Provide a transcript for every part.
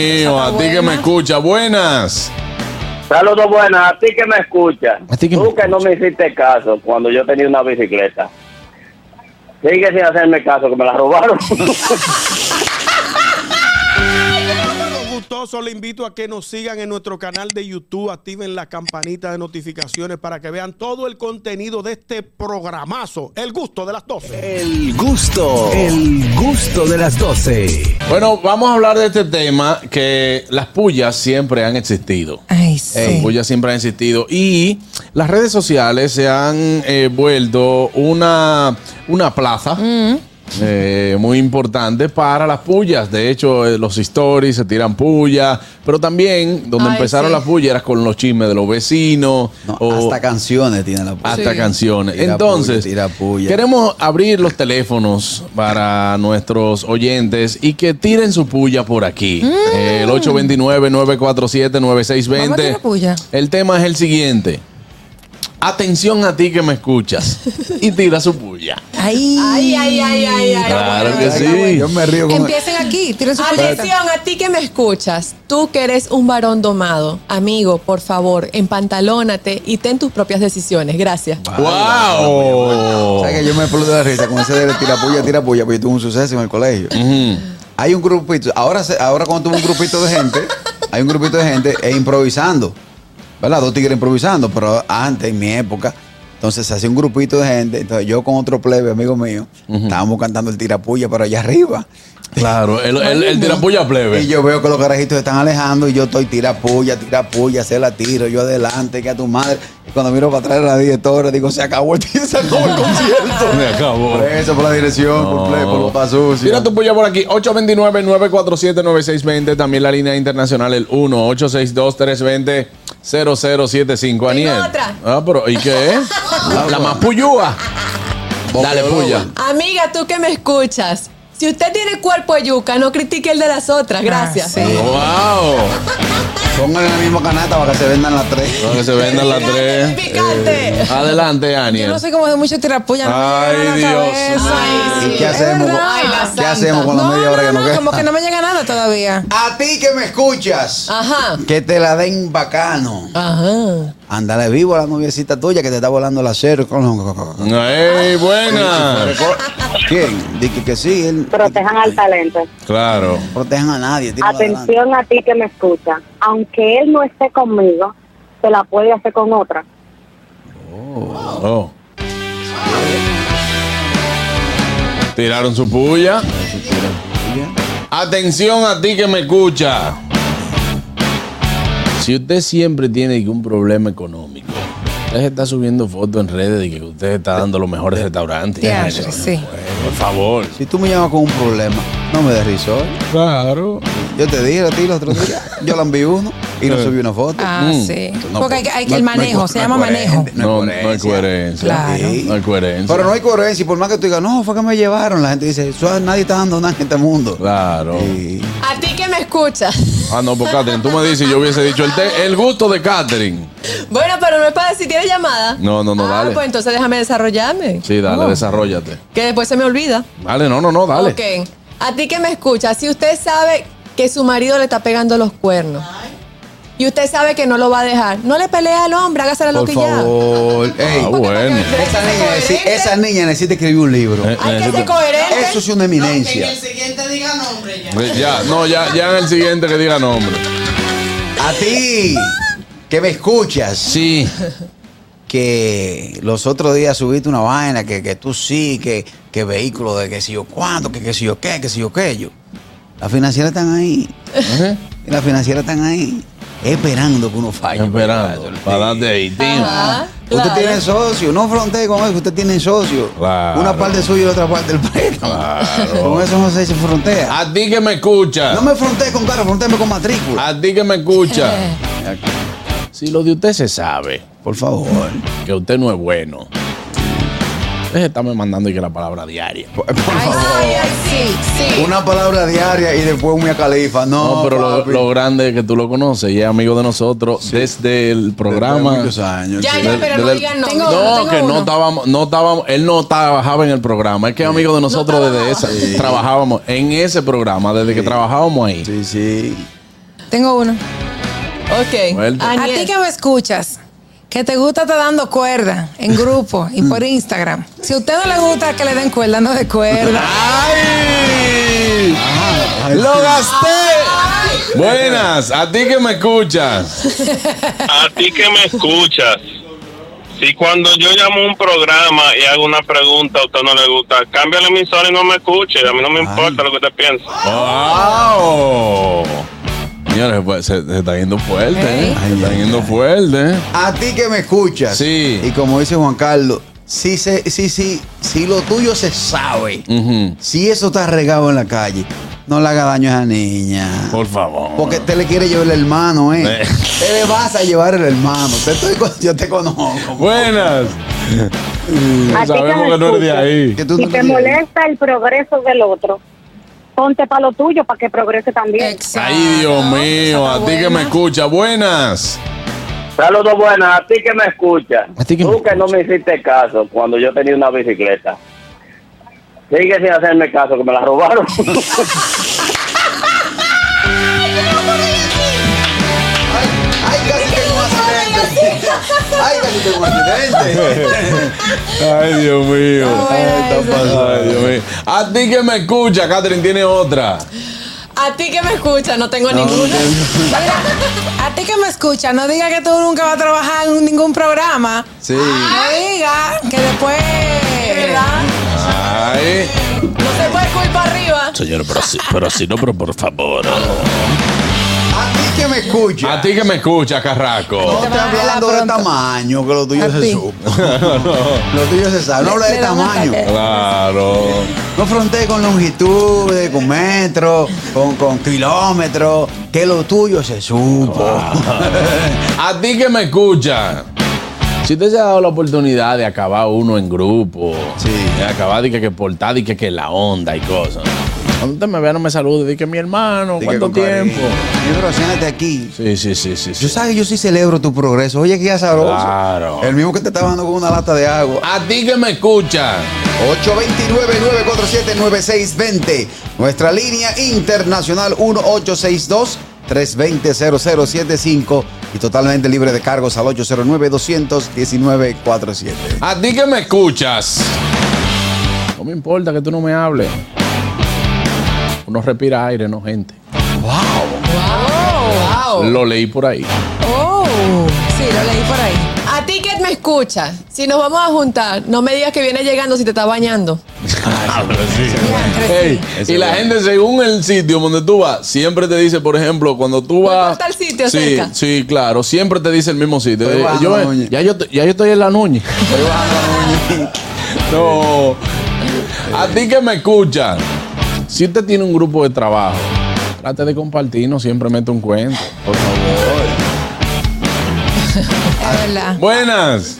A ti que me escucha, buenas. Saludos, buenas, a ti que me escuchas. Tú que no me hiciste caso cuando yo tenía una bicicleta. Sigue sin hacerme caso, que me la robaron. Gustoso, le invito a que nos sigan en nuestro canal de YouTube, activen la campanita de notificaciones para que vean todo el contenido de este programazo, El Gusto de las 12. El gusto de las 12. Bueno, vamos a hablar de este tema, que las pullas siempre han existido. Ay, sí. Las pullas siempre han existido y las redes sociales se han vuelto una plaza muy importante para las pullas. De hecho, los stories se tiran pullas, pero también donde empezaron las pullas era con los chismes de los vecinos. Hasta canciones tienen la puya. Hasta canciones. Tira Entonces, puya, tira puya. Queremos abrir los teléfonos para nuestros oyentes y que tiren su puya por aquí. El 829-947-9620. El tema es el siguiente. Atención a ti que me escuchas y tira su puya. Ay. Claro que sí. Yo me río con... Empiecen aquí, tiren su puya. Atención a ti que me escuchas, tú que eres un varón domado, amigo, por favor, empantalónate y ten tus propias decisiones. Gracias. ¡Wow! ¿Sabes que yo me exploto de la risa con ese de tira puya, porque yo tuve un suceso en el colegio? Hay un grupito, ahora cuando tuve un grupito de gente, hay un grupito de gente improvisando, ¿verdad? Dos tigres improvisando, pero antes, en mi época, entonces se hacía un grupito de gente. Entonces yo con otro plebe, amigo mío, estábamos cantando el tirapuya, pero allá arriba. Claro, el tirapuya plebe. Y yo veo que los carajitos se están alejando y yo estoy tirapuya, se la tiro, yo adelante, que a tu madre. Y cuando miro para atrás a la directora, digo, se acabó el concierto. Me acabó. Por eso, por la dirección, por los pasos. Tira tu puya por aquí, 829-947-9620. También la línea internacional, el 1-862-320-0075. Aniel. otra. Pero ¿y qué es? La más puyúa. Dale, puya. Amiga, tú que me escuchas, si usted tiene cuerpo de yuca, no critique el de las otras. Gracias. Wow. Pongan en la misma canasta para que se vendan las tres. Para que se vendan las tres. Picante. Adelante, Aniel. Yo no sé cómo de mucho tirapuya. Ay, Dios. ¿Y qué hacemos? ¿Qué hacemos con la media hora que nos queda? Como que no me llega nada todavía. A ti que me escuchas. Ajá. Que te la den bacano. Ajá. Ándale vivo a la noviecita tuya que te está volando la cero. ¡Ey, buena! ¿Quién? Dice que sí. Protejan al talento. Claro. Protejan a nadie. Atención a ti que me escucha. Aunque él no esté conmigo, se la puede hacer con otra. Oh. Tiraron su puya. Atención a ti que me escucha. Si usted siempre tiene un problema económico, usted está subiendo fotos en redes de que usted está dando los mejores restaurantes. Sí. Por favor. Si tú me llamas con un problema, no me des risor. Claro. Yo te dije a ti los otros días, yo la envié uno y no subí una foto. Sí. No, porque hay que el manejo, se llama manejo. No hay coherencia. Claro. Sí. No hay coherencia. Pero no hay coherencia. Y por más que tú digas, no, fue que me llevaron, la gente dice, nadie está dando nada en este mundo. Claro. Sí. A ti que me escuchas. No, pues Catherine, tú me dices, yo hubiese dicho el gusto de Catherine. Bueno, pero no es para decir, ¿tienes llamada? No, dale. Pues entonces déjame desarrollarme. Sí, dale, desarróllate. Que después se me olvida. Dale, no, dale. Ok. A ti que me escuchas, si usted sabe que su marido le está pegando los cuernos y usted sabe que no lo va a dejar, no le pelea al hombre, hágase la Por loquilla. favor. Ey, Bueno. esa niña necesita escribir un libro. Hay que ser coherente. Eso es una eminencia. En el siguiente diga nombre ya. Ya en el siguiente que diga nombre. A ti, que me escuchas. Sí. Que los otros días subiste una vaina, que tú sí, que vehículo de que si yo cuánto, que si yo qué, que si yo qué. Las financieras están ahí. Las financieras están ahí. Esperando que uno falle. Esperando. Para darte ahí, tío. Usted tiene socio, no frontee con eso, usted tiene socio. Claro. Una parte suya y la otra parte del préstamo. Claro. Con eso no se frontea. A ti que me escuchas. No me frontee con carro, fronteeme con matrícula. A ti que me escuchas. Si lo de usted se sabe, Por favor. que usted no es bueno, deje de estarme mandando y que la palabra diaria. Por favor. Ay, sí. Una palabra diaria y después un Mia Khalifa. No, pero papi. lo grande es que tú lo conoces y es amigo de nosotros desde el programa. Desde muchos años. Ya, sí. pero no digan nombre. No, que no estábamos, él no trabajaba en el programa, es que es amigo de nosotros desde esa. Trabajábamos en ese programa, desde que trabajábamos ahí. Sí, sí. Tengo uno. Ok. Vuelta. A ti que me escuchas, que te gusta estar dando cuerda en grupo y por Instagram. Si a usted no le gusta que le den cuerda, no de cuerda. ¡Ay! ¡Lo gasté! Buenas, a ti que me escuchas. A ti que me escuchas, si cuando yo llamo a un programa y hago una pregunta a usted no le gusta, cambia la emisora y no me escuche. A mí no me importa lo que usted piensa. ¡Wow! Señores, pues, se está yendo fuerte, ¿eh? Se está yendo fuerte. A ti que me escuchas. Sí. Y como dice Juan Carlos, si lo tuyo se sabe, si eso está regado en la calle, no le haga daño a esa niña. Por favor. Porque te le quiere llevar el hermano, Te le vas a llevar el hermano. Yo te conozco. Buenas. A ti Sabemos que no eres de ahí. Que tú Si no te molesta el progreso del otro, ponte para lo tuyo para que progrese también. Exacto. Ay, Dios mío, Esa a está ti que me buena. escuchas. Buenas. Saludos buenas, a ti que me escuchas. A ti que me Tú que no me hiciste caso cuando yo tenía una bicicleta. Sigue sin hacerme caso, que me la robaron. Ay, casi tengo un accidente. Ay, casi tengo un accidente. Ay, Dios mío. Está buena esa. Ay, Dios mío. A ti que me escuchas, Catherine tiene otra. A ti que me escuchas, no tengo ninguna. Mira, a ti que me escuchas, no diga que tú nunca vas a trabajar en ningún programa. Sí. No diga que después. ¿Verdad? Ay. No se puede culpa arriba. Señor, pero así no, pero por favor. A ti que me escuchas. A ti que me escuchas, Carraco. No Te estoy van a dar hablando de pronto. tamaño, que lo tuyo A se ti. supo. Lo tuyo se sabe. No hablo de Le da un tamaño. ataque. Claro. No fronteé con longitudes, con metros, con kilómetros. Que lo tuyo se supo. A ti que me escuchas. Si usted se ha dado la oportunidad de acabar uno en grupo, Sí. de acabar de que portar, de que la onda y cosas. Cuando usted me vea, no me salude, de que mi hermano, Dije ¿cuánto con cariño. tiempo? Yo, pero siéntate aquí. Sí. Yo sabes que yo sí celebro tu progreso. Oye, qué azaroso. Claro. El mismo que te está dando con una lata de agua. A ti que me escuchas. 829-947-9620. Nuestra línea internacional 1862-320-0075 y totalmente libre de cargos al 809-219-47. A ti que me escuchas. No me importa que tú no me hables. Uno respira aire, no gente. Wow. Lo leí por ahí. Oh, sí, lo leí por ahí. A ti que me escuchas, si nos vamos a juntar, no me digas que vienes llegando si te estás bañando. Ey, Eso y es la bueno. gente, según el sitio donde tú vas, siempre te dice, por ejemplo, cuando tú ¿Voy vas. por tal sitio sí, cerca? sí, claro. Siempre te dice el mismo sitio. Estoy bajando la Núñez. Ya yo estoy en la Núñez. Estoy bajando la uña. No. A ti que me escuchas, si usted tiene un grupo de trabajo, trate de compartir, no siempre mete un cuento. Por favor. Es verdad. Buenas.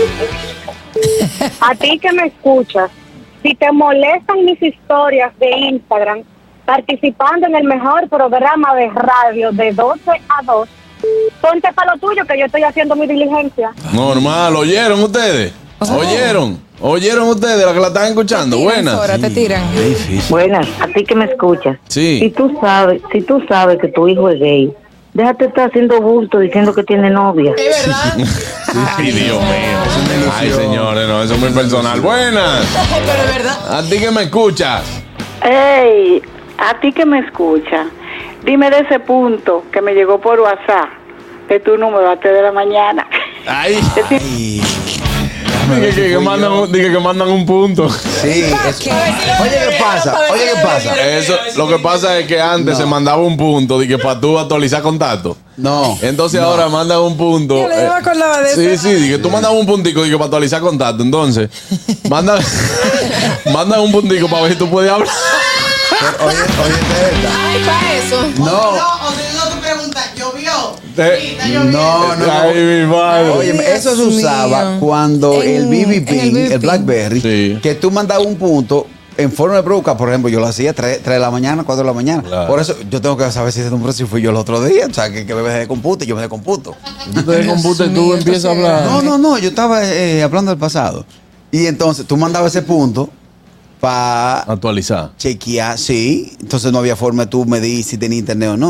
A ti que me escuchas, si te molestan mis historias de Instagram, participando en el mejor programa de radio de 12 a 2, ponte para lo tuyo que yo estoy haciendo mi diligencia. Normal, ¿oyeron ustedes? ¿Oyeron ustedes la que la están escuchando? Te tiran, Buenas. Sora, te tiran. Buenas, a ti que me escuchas. Sí. Si tú sabes que tu hijo es gay, déjate estar haciendo bulto diciendo que tiene novia. Es verdad. Ay, Dios mío. Ay, señores, no, eso es muy personal. Buenas. Pero es verdad. A ti que me escuchas. Ey, a ti que me escucha, dime de ese punto que me llegó por WhatsApp, que tú no me vas a 3 de la mañana. Ay. Ay. Dije que mandan un punto. Sí, eso. Oye, ¿qué pasa? Oye, ¿qué pasa? Eso, lo que pasa es que antes se mandaba un punto de que para tú actualizar contacto. No. Entonces ahora mandan un punto. Yo no me acordaba de Sí, eso. sí, dije, tú mandas un puntico dije, para actualizar contacto. Entonces, mandan un puntico para ver si tú puedes hablar. Pero, oye, de verdad. Ay, para eso. No. O si no te preguntas, ¿llovió? Eh, Sí, está lloviendo. No. Ay, mi madre. Oye, eso se Dios usaba mío. cuando el BB En Pin, el BB el Blackberry, Sí. que tú mandabas un punto en forma de provocar. Por ejemplo, yo lo hacía 3 de la mañana, 4 de la mañana. Claro. Por eso yo tengo que saber si ese número si fui yo el otro día. O sea, que me dejé de computo y yo me descomputo. Tú te computas y tú mío, empiezas a entonces- hablar. No, yo estaba hablando del pasado. Y entonces tú mandabas ese punto para Actualizar. chequear, sí. Entonces no había forma de tú medir si tenía internet o no.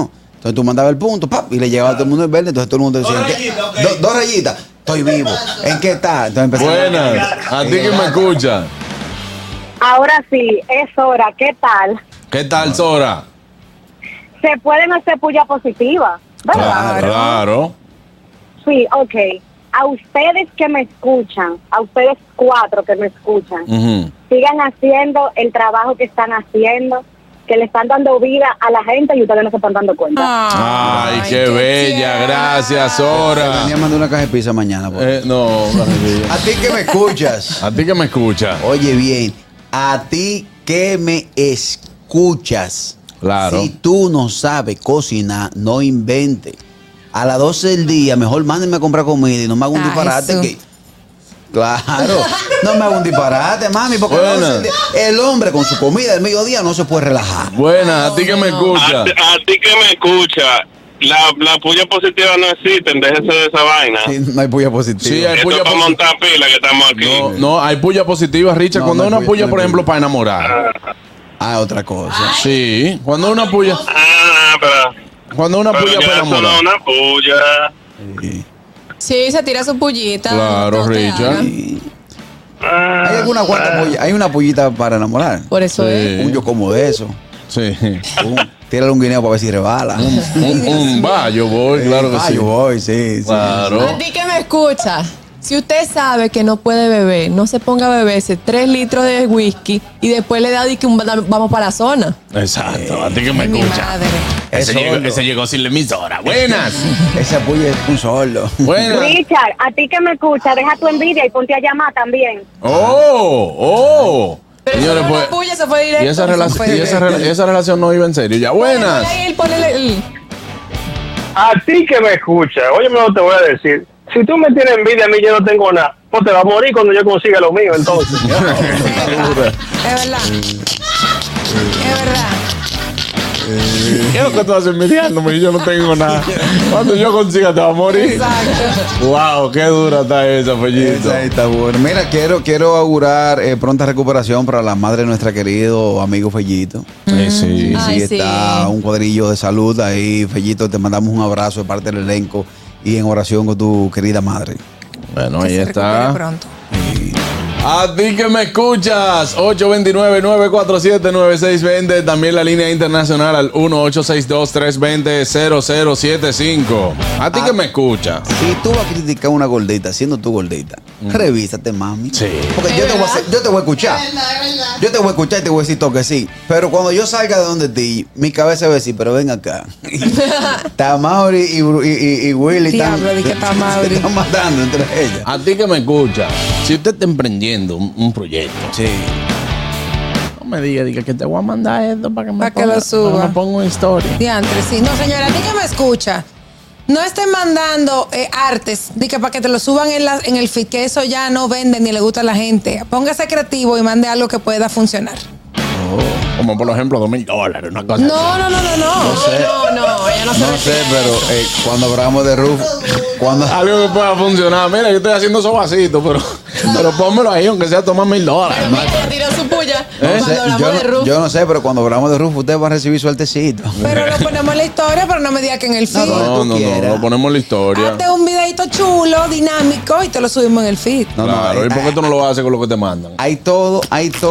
Entonces tú mandabas el punto, ¡pap! Y le llegaba a todo el mundo el verde. Entonces todo el mundo decía, dos rayitas. Estoy vivo. ¿En qué está? Entonces buenas. ¿A ti que me escucha? Ahora sí, es hora. ¿Qué tal? ¿Qué tal, Sora? Se pueden hacer puya positiva, ¿verdad? Claro. Sí, ok. A ustedes que me escuchan, a ustedes 4 que me escuchan, sigan haciendo el trabajo que están haciendo, que le están dando vida a la gente y ustedes no se están dando cuenta. Ay, qué bella. Tierra. Gracias, Sora. Venía a mandar una caja de pizza mañana. No, a ti que me escuchas. A ti que me escuchas. Oye, bien. A ti que me escuchas. Claro. Si tú no sabes cocinar, no inventes. A las 12 del día, mejor mándenme a comprar comida y no me hago un disparate. Que, claro, no me hago un disparate, mami, porque el hombre con su comida del mediodía no se puede relajar. Buena, a ti que me escucha. A ti que me escucha. La puya positiva no existen, déjese de esa vaina. Sí, no hay puya positiva. Sí, hay puya para montar pila que estamos aquí. No, hay puya positiva, Richard. Cuando hay una puya, por ejemplo, para enamorar. Otra cosa. Sí, cuando hay una puya. Pero cuando una puya para enamorar. Una puya. Sí, se tira su pullita. Claro, Richard. Hay alguna cuanta puya. Hay una pullita para enamorar. Por eso es. Yo como de eso. Sí. Tírale un guineo para ver si rebala. Yo voy, claro que sí. Yo voy, sí. Claro. A ti que me escucha. Si usted sabe que no puede beber, no se ponga a beberse 3 litros de whisky y después le da que vamos para la zona. Exacto, a ti que me escucha. Ese llegó sin la emisora. Buenas. Esa puya es un solo. Buenas. Richard, a ti que me escucha, deja tu envidia y ponte a llamar también. Pero señores, pues, puya, se fue directo. Y esa relación no iba en serio. Ya, buenas. A ti que me escucha, oye, no te voy a decir. Si tú me tienes envidia, a mí yo no tengo nada. Pues te vas a morir cuando yo consiga lo mío, entonces. Es verdad. Es verdad. ¿Qué es lo que tú vas envidiándome? Yo no tengo nada. Cuando yo consiga te va a morir. Exacto. Wow, qué dura está esa, Fellito. Esa está buena. Mira, quiero augurar pronta recuperación para la madre de nuestra querido amigo Fellito. Sí. Está un cuadrillo de salud ahí, Fellito. Te mandamos un abrazo de parte del elenco y en oración con tu querida madre. Bueno, ahí está. Pronto. A ti que me escuchas, 829-947-9620. También la línea internacional al 1-862-320-0075. A ti que me escuchas. Si tú vas a criticar a una gordita, siendo tú gordita, revísate, mami. Sí. Porque yo te voy a escuchar. Yo te voy a escuchar y te voy a decir todo que sí. Pero cuando yo salga de donde ti, mi cabeza va a decir, pero ven acá. Tamauri y Willy están matando entre ellas. A ti que me escuchas, si usted está emprendiendo un proyecto, no me diga que te voy a mandar esto para que lo suba. Para que me ponga una historia. Diantre, sí. No, señora, a ti que me escucha, no estén mandando artes para que te lo suban en el feed, que eso ya no vende ni le gusta a la gente. Póngase creativo y mande algo que pueda funcionar. Como por ejemplo $2,000, una cosa. No. Ella no sé, pero cuando hablamos de Rufo, algo que pueda funcionar. Mira, yo estoy haciendo esos vasitos, pero pónmelo ahí, aunque sea tomar $1,000. Tira su puya. Yo no sé, pero cuando hablamos de Rufo, usted va a recibir suertecito. Pero lo ponemos en la historia, pero no me diga que en el feed. No, lo ponemos en la historia. Hazte un videito chulo, dinámico y te lo subimos en el feed. Claro, ¿y por qué tú no lo vas a hacer con lo que te mandan? Hay toda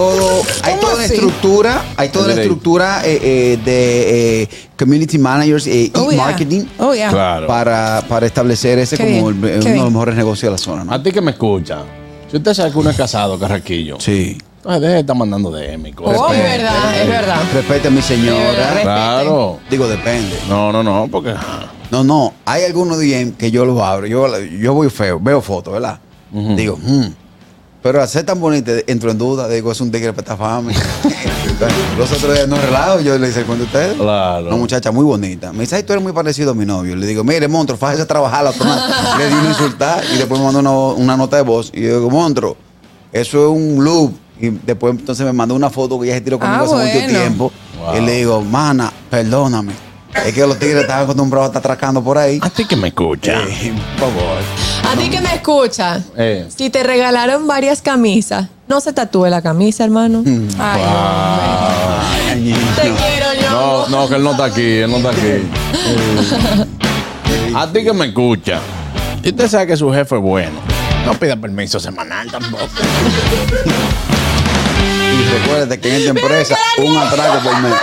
la estructura. Hay toda la estructura de community managers y marketing claro. para establecer ese como uno de los mejores negocios de la zona, ¿no? A ti que me escucha, si usted sabe que uno es casado, Carraquillo, sí, entonces deje de estar mandando DM. Es verdad. Respete a mi señora. Claro. Digo, depende. No, porque... No, hay algunos DM que yo los abro. Yo voy feo, veo fotos, ¿verdad? Digo, pero al ser tan bonita, entro en duda, digo, es un tigre para esta fama. Los otros días no relajo, yo le hice cuenta a ustedes. Claro. Una muchacha muy bonita. Me dice, ay, tú eres muy parecido a mi novio. Le digo, mire, monstruo, fájese a trabajar la otra. Le di una insultar y después me mandó una nota de voz. Y yo digo, monstruo, eso es un loop. Y después entonces me mandó una foto que ella se tiró conmigo hace mucho tiempo. Wow. Y le digo, mana, perdóname. Es que los tigres estaban acostumbrados a estar atracando por ahí. A ti que me escucha. Por favor. A ti que me escucha. Si te regalaron varias camisas, no se tatúe la camisa, hermano. Ay, te quiero yo. mango. No, que él no está aquí, A ti que me escucha, y usted sabe que su jefe es bueno, no pida permiso semanal tampoco. Y recuérdate que en esta empresa un atraco por mes.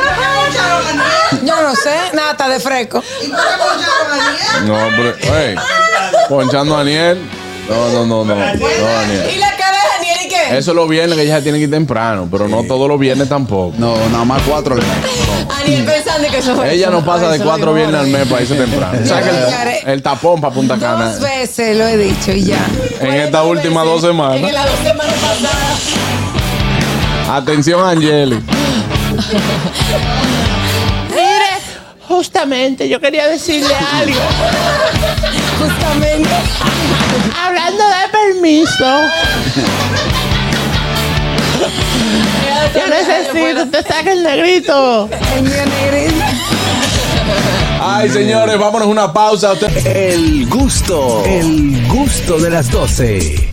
Yo no sé, nada, está de fresco. No, pero, hey, ponchando a Daniel. No, Daniel. ¿Y la cara de Daniel y qué? Eso los viernes que ella tiene que ir temprano, pero no todos los viernes tampoco. No, nada más 4 al mes. Daniel pensando que eso Ella no pasa de 4 viernes al mes para irse temprano. O sea Señores, que el tapón para Punta Cana. 2 veces lo he dicho y ya. En estas últimas 2 semanas. En las 2 semanas pasadas. Atención, Angeli. Mire, justamente yo quería decirle algo. Justamente. Hablando de permiso. Yo necesito, usted saca el negrito. El mío negrito. Ay, señores, vámonos a una pausa. El gusto de las 12.